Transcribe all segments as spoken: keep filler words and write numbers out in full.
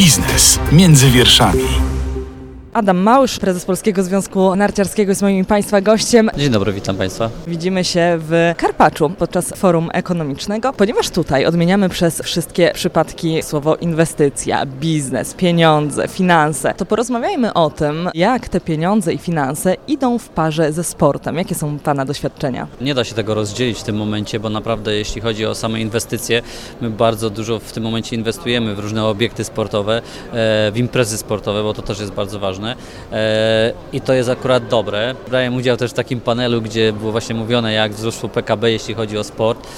Biznes między wierszami. Adam Małysz, prezes Polskiego Związku Narciarskiego, jest moim Państwa gościem. Dzień dobry, witam Państwa. Widzimy się w Karpaczu podczas forum ekonomicznego, ponieważ tutaj odmieniamy przez wszystkie przypadki słowo inwestycja, biznes, pieniądze, finanse. To porozmawiajmy o tym, jak te pieniądze i finanse idą w parze ze sportem. Jakie są Pana doświadczenia? Nie da się tego rozdzielić w tym momencie, bo naprawdę jeśli chodzi o same inwestycje, my bardzo dużo w tym momencie inwestujemy w różne obiekty sportowe, w imprezy sportowe, bo to też jest bardzo ważne. I to jest akurat dobre. Brałem udział też w takim panelu, gdzie było właśnie mówione, jak wzrosło P K B, jeśli chodzi o sport,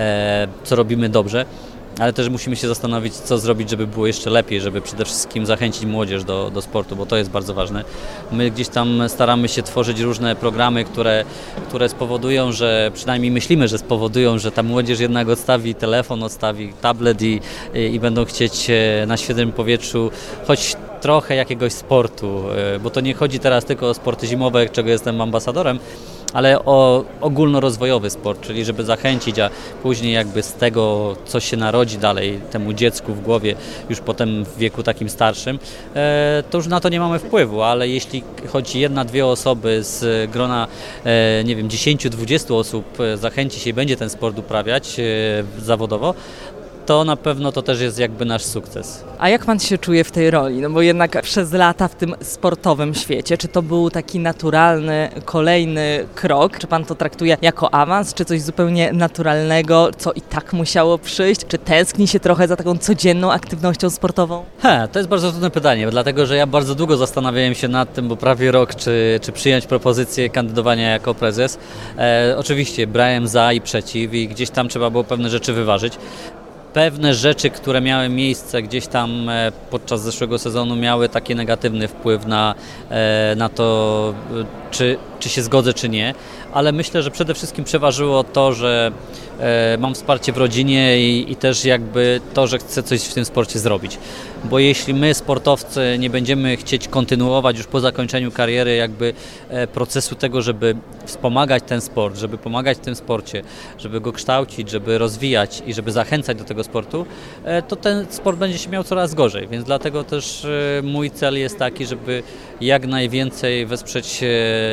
co robimy dobrze, ale też musimy się zastanowić, co zrobić, żeby było jeszcze lepiej, żeby przede wszystkim zachęcić młodzież do, do sportu, bo to jest bardzo ważne. My gdzieś tam staramy się tworzyć różne programy, które, które spowodują, że przynajmniej myślimy, że spowodują, że ta młodzież jednak odstawi telefon, odstawi tablet i, i, i będą chcieć na świeżym powietrzu choć trochę jakiegoś sportu, bo to nie chodzi teraz tylko o sporty zimowe, czego jestem ambasadorem, ale o ogólnorozwojowy sport, czyli żeby zachęcić, a później jakby z tego, co się narodzi dalej temu dziecku w głowie, już potem w wieku takim starszym, to już na to nie mamy wpływu, ale jeśli chodzi jedna, dwie osoby z grona, nie wiem, dziesięciu, dwudziestu osób zachęci się i będzie ten sport uprawiać zawodowo, to na pewno to też jest jakby nasz sukces. A jak Pan się czuje w tej roli? No bo jednak przez lata w tym sportowym świecie, czy to był taki naturalny, kolejny krok? Czy Pan to traktuje jako awans, czy coś zupełnie naturalnego, co i tak musiało przyjść? Czy tęskni się trochę za taką codzienną aktywnością sportową? He, to jest bardzo trudne pytanie, dlatego że ja bardzo długo zastanawiałem się nad tym, bo prawie rok, czy, czy przyjąć propozycję kandydowania jako prezes. E, oczywiście brałem za i przeciw i gdzieś tam trzeba było pewne rzeczy wyważyć. Pewne rzeczy, które miały miejsce gdzieś tam podczas zeszłego sezonu, miały taki negatywny wpływ na, na to, czy, czy się zgodzę, czy nie, ale myślę, że przede wszystkim przeważyło to, że mam wsparcie w rodzinie i, i też jakby to, że chcę coś w tym sporcie zrobić. Bo jeśli my, sportowcy, nie będziemy chcieć kontynuować już po zakończeniu kariery jakby procesu tego, żeby wspomagać ten sport, żeby pomagać w tym sporcie, żeby go kształcić, żeby rozwijać i żeby zachęcać do tego sportu, to ten sport będzie się miał coraz gorzej. Więc dlatego też mój cel jest taki, żeby jak najwięcej wesprzeć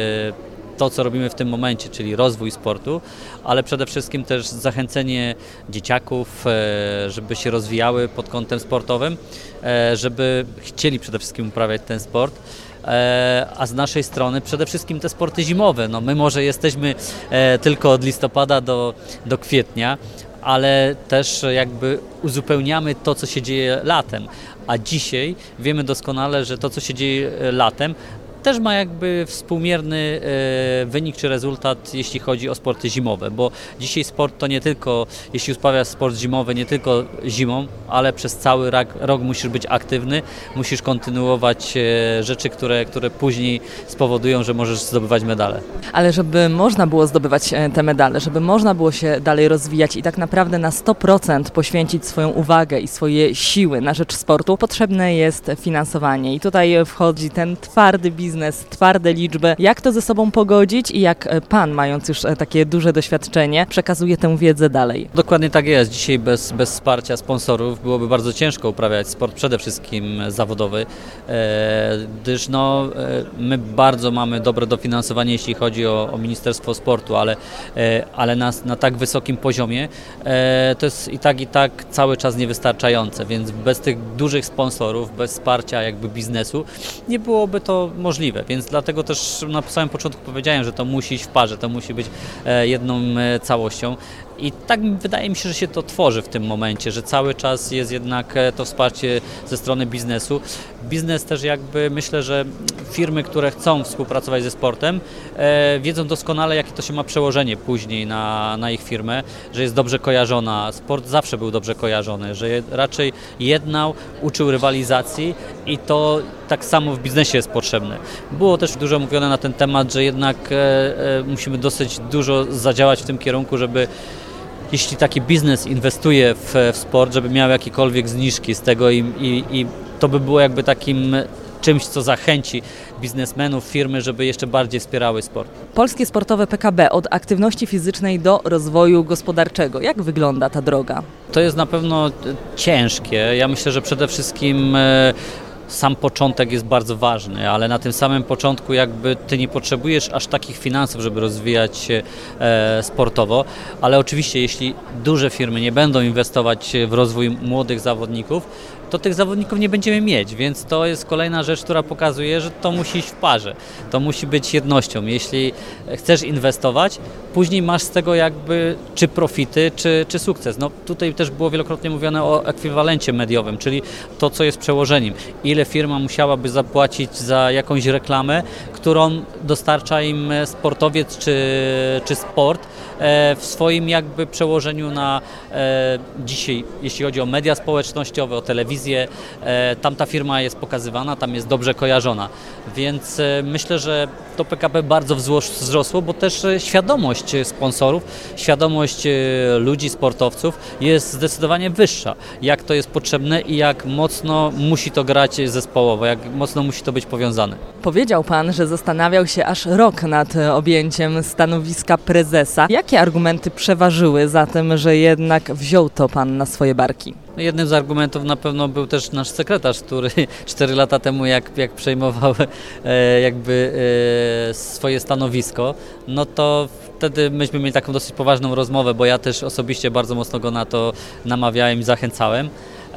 to, co robimy w tym momencie, czyli rozwój sportu, ale przede wszystkim też zachęcenie dzieciaków, żeby się rozwijały pod kątem sportowym, żeby chcieli przede wszystkim uprawiać ten sport. A z naszej strony przede wszystkim te sporty zimowe. No my może jesteśmy tylko od listopada do, do kwietnia, ale też jakby uzupełniamy to, co się dzieje latem. A dzisiaj wiemy doskonale, że to, co się dzieje latem, też ma jakby współmierny e, wynik czy rezultat, jeśli chodzi o sporty zimowe, bo dzisiaj sport to nie tylko, jeśli uprawiasz sport zimowy, nie tylko zimą, ale przez cały rok, rok musisz być aktywny, musisz kontynuować e, rzeczy, które, które później spowodują, że możesz zdobywać medale. Ale żeby można było zdobywać te medale, żeby można było się dalej rozwijać i tak naprawdę na sto procent poświęcić swoją uwagę i swoje siły na rzecz sportu, potrzebne jest finansowanie i tutaj wchodzi ten twardy biznes, twarde liczby. Jak to ze sobą pogodzić i jak Pan, mając już takie duże doświadczenie, przekazuje tę wiedzę dalej? Dokładnie tak jest. Dzisiaj bez, bez wsparcia sponsorów byłoby bardzo ciężko uprawiać sport, przede wszystkim zawodowy, e, gdyż no, e, my bardzo mamy dobre dofinansowanie, jeśli chodzi o, o Ministerstwo Sportu, ale, e, ale na, na tak wysokim poziomie e, to jest i tak, i tak cały czas niewystarczające, więc bez tych dużych sponsorów, bez wsparcia jakby biznesu nie byłoby to możliwe. Więc dlatego też na samym początku powiedziałem, że to musi iść w parze, to musi być jedną całością. I tak wydaje mi się, że się to tworzy w tym momencie, że cały czas jest jednak to wsparcie ze strony biznesu. Biznes też jakby, myślę, że firmy, które chcą współpracować ze sportem, e, wiedzą doskonale, jakie to się ma przełożenie później na, na ich firmę, że jest dobrze kojarzona. Sport zawsze był dobrze kojarzony, że raczej jednał, uczył rywalizacji i to tak samo w biznesie jest potrzebne. Było też dużo mówione na ten temat, że jednak e, e, musimy dosyć dużo zadziałać w tym kierunku, żeby jeśli taki biznes inwestuje w, w sport, żeby miał jakiekolwiek zniżki z tego i, i, i to by było jakby takim czymś, co zachęci biznesmenów, firmy, żeby jeszcze bardziej wspierały sport. Polskie sportowe P K B od aktywności fizycznej do rozwoju gospodarczego. Jak wygląda ta droga? To jest na pewno ciężkie. Ja myślę, że przede wszystkim e, sam początek jest bardzo ważny, ale na tym samym początku jakby ty nie potrzebujesz aż takich finansów, żeby rozwijać się e, sportowo, ale oczywiście jeśli duże firmy nie będą inwestować w rozwój młodych zawodników, to tych zawodników nie będziemy mieć, więc to jest kolejna rzecz, która pokazuje, że to musi iść w parze, to musi być jednością. Jeśli chcesz inwestować, później masz z tego jakby czy profity, czy, czy sukces. No tutaj też było wielokrotnie mówione o ekwiwalencie mediowym, czyli to, co jest przełożeniem. Ile firma musiałaby zapłacić za jakąś reklamę, którą dostarcza im sportowiec czy, czy sport w swoim jakby przełożeniu na e, dzisiaj, jeśli chodzi o media społecznościowe, o telewizję, e, tam ta firma jest pokazywana, tam jest dobrze kojarzona, więc e, myślę, że to P K B bardzo wzrosło, bo też świadomość sponsorów, świadomość e, ludzi, sportowców jest zdecydowanie wyższa, jak to jest potrzebne i jak mocno musi to grać zespołowo, jak mocno musi to być powiązane. Powiedział Pan, że zastanawiał się aż rok nad objęciem stanowiska prezesa. Jakie argumenty przeważyły za tym, że jednak wziął to Pan na swoje barki? Jednym z argumentów na pewno był też nasz sekretarz, który cztery lata temu jak, jak przejmował e, jakby e, swoje stanowisko, no to wtedy myśmy mieli taką dosyć poważną rozmowę, bo ja też osobiście bardzo mocno go na to namawiałem i zachęcałem.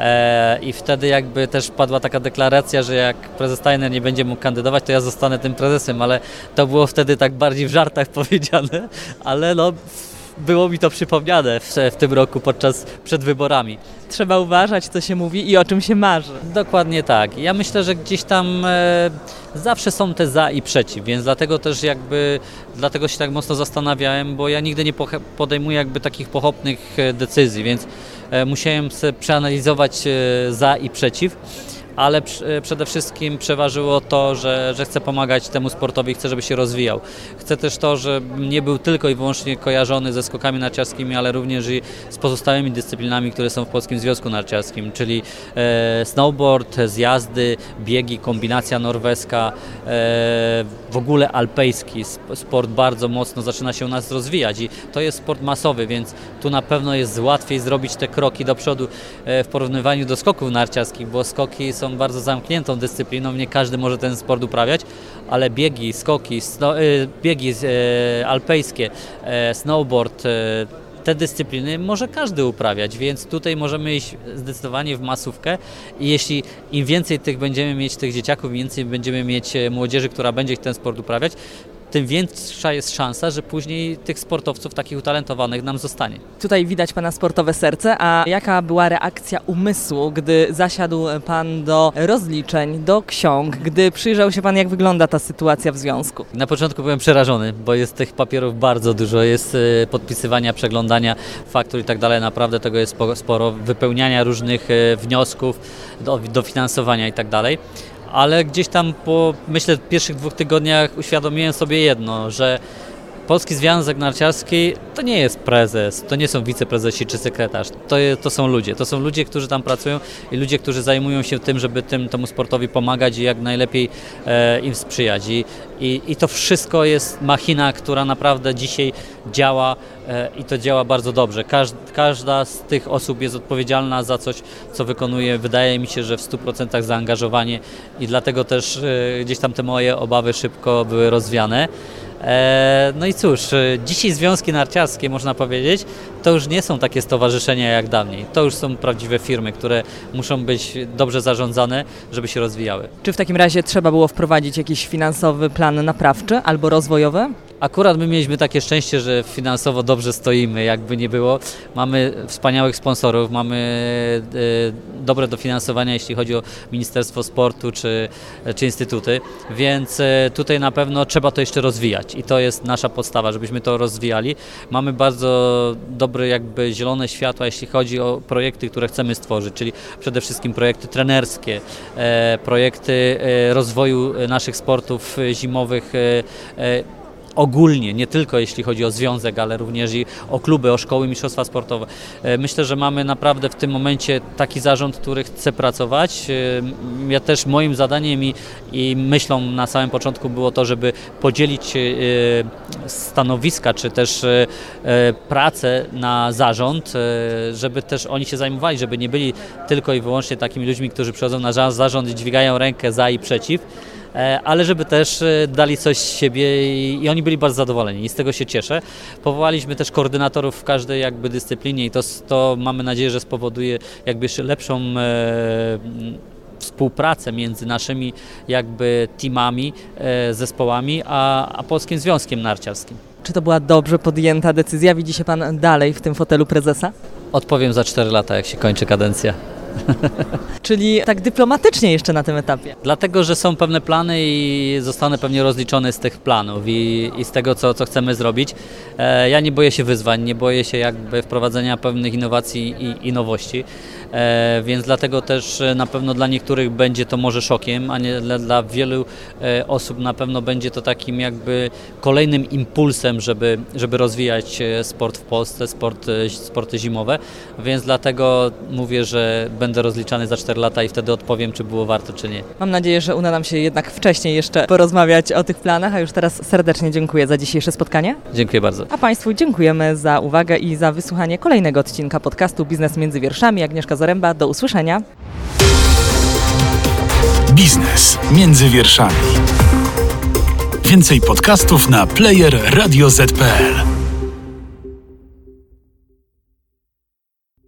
I wtedy jakby też padła taka deklaracja, że jak prezes Steiner nie będzie mógł kandydować, to ja zostanę tym prezesem, ale to było wtedy tak bardziej w żartach powiedziane, ale no było mi to przypomniane w, w tym roku podczas przed wyborami. Trzeba uważać, co się mówi i o czym się marzy. Dokładnie tak. Ja myślę, że gdzieś tam e, zawsze są te za i przeciw, więc dlatego też jakby, dlatego się tak mocno zastanawiałem, bo ja nigdy nie podejmuję jakby takich pochopnych decyzji, więc e, musiałem sobie przeanalizować e, za i przeciw. Ale przede wszystkim przeważyło to, że, że chcę pomagać temu sportowi, chcę, żeby się rozwijał. Chcę też to, żeby nie był tylko i wyłącznie kojarzony ze skokami narciarskimi, ale również i z pozostałymi dyscyplinami, które są w Polskim Związku Narciarskim, czyli e, snowboard, zjazdy, biegi, kombinacja norweska, e, w ogóle alpejski. Sport bardzo mocno zaczyna się u nas rozwijać i to jest sport masowy, więc tu na pewno jest łatwiej zrobić te kroki do przodu e, w porównywaniu do skoków narciarskich, bo skoki są bardzo zamkniętą dyscypliną, nie każdy może ten sport uprawiać, ale biegi, skoki, sno, y, biegi y, alpejskie, y, snowboard, y, te dyscypliny może każdy uprawiać, więc tutaj możemy iść zdecydowanie w masówkę i jeśli im więcej tych będziemy mieć tych dzieciaków, im więcej będziemy mieć młodzieży, która będzie ten sport uprawiać, tym większa jest szansa, że później tych sportowców takich utalentowanych nam zostanie. Tutaj widać Pana sportowe serce, a jaka była reakcja umysłu, gdy zasiadł Pan do rozliczeń, do ksiąg, gdy przyjrzał się Pan, jak wygląda ta sytuacja w związku? Na początku byłem przerażony, bo jest tych papierów bardzo dużo, jest podpisywania, przeglądania faktur i tak dalej, naprawdę tego jest sporo, wypełniania różnych wniosków, do, dofinansowania i tak dalej. Ale gdzieś tam po, myślę, pierwszych dwóch tygodniach uświadomiłem sobie jedno, że Polski Związek Narciarski to nie jest prezes, to nie są wiceprezesi czy sekretarz, to, jest, to są ludzie, to są ludzie, którzy tam pracują i ludzie, którzy zajmują się tym, żeby tym, temu sportowi pomagać i jak najlepiej e, im sprzyjać. I, i, I to wszystko jest machina, która naprawdę dzisiaj działa e, i to działa bardzo dobrze. Każd, każda z tych osób jest odpowiedzialna za coś, co wykonuje. Wydaje mi się, że w stu procentach zaangażowanie i dlatego też e, gdzieś tam te moje obawy szybko były rozwiane. No i cóż, dzisiaj związki narciarskie, można powiedzieć, to już nie są takie stowarzyszenia jak dawniej. To już są prawdziwe firmy, które muszą być dobrze zarządzane, żeby się rozwijały. Czy w takim razie trzeba było wprowadzić jakiś finansowy plan naprawczy albo rozwojowy? Akurat my mieliśmy takie szczęście, że finansowo dobrze stoimy, jakby nie było. Mamy wspaniałych sponsorów, mamy e, dobre dofinansowania, jeśli chodzi o Ministerstwo Sportu czy, czy instytuty, więc e, tutaj na pewno trzeba to jeszcze rozwijać i to jest nasza podstawa, żebyśmy to rozwijali. Mamy bardzo dobre jakby zielone światła, jeśli chodzi o projekty, które chcemy stworzyć, czyli przede wszystkim projekty trenerskie, e, projekty e, rozwoju naszych sportów zimowych, e, e, ogólnie, nie tylko jeśli chodzi o związek, ale również i o kluby, o szkoły, mistrzostwa sportowe. Myślę, że mamy naprawdę w tym momencie taki zarząd, który chce pracować. Ja też moim zadaniem i, i myślą na samym początku było to, żeby podzielić stanowiska, czy też pracę na zarząd, żeby też oni się zajmowali, żeby nie byli tylko i wyłącznie takimi ludźmi, którzy przychodzą na zarząd i dźwigają rękę za i przeciw, ale żeby też dali coś z siebie i, i oni byli bardzo zadowoleni i z tego się cieszę. Powołaliśmy też koordynatorów w każdej jakby dyscyplinie i to, to mamy nadzieję, że spowoduje jakby jeszcze lepszą e, współpracę między naszymi jakby teamami, e, zespołami, a, a Polskim Związkiem Narciarskim. Czy to była dobrze podjęta decyzja? Widzi się Pan dalej w tym fotelu prezesa? Odpowiem za cztery lata, jak się kończy kadencja. Czyli tak dyplomatycznie jeszcze na tym etapie. Dlatego, że są pewne plany i zostanę pewnie rozliczony z tych planów i, i z tego, co, co chcemy zrobić. E, ja nie boję się wyzwań, nie boję się jakby wprowadzenia pewnych innowacji i, i nowości, e, więc dlatego też na pewno dla niektórych będzie to może szokiem, a nie dla, dla wielu e, osób na pewno będzie to takim jakby kolejnym impulsem, żeby, żeby rozwijać sport w Polsce, sport, sporty zimowe, więc dlatego mówię, że będę rozliczany za cztery lata i wtedy odpowiem, czy było warto, czy nie. Mam nadzieję, że uda nam się jednak wcześniej jeszcze porozmawiać o tych planach, a już teraz serdecznie dziękuję za dzisiejsze spotkanie. Dziękuję bardzo. A Państwu dziękujemy za uwagę i za wysłuchanie kolejnego odcinka podcastu Biznes między wierszami. Agnieszka Zaręba, do usłyszenia. Biznes między wierszami. Więcej podcastów na player radio zet kropka pe el.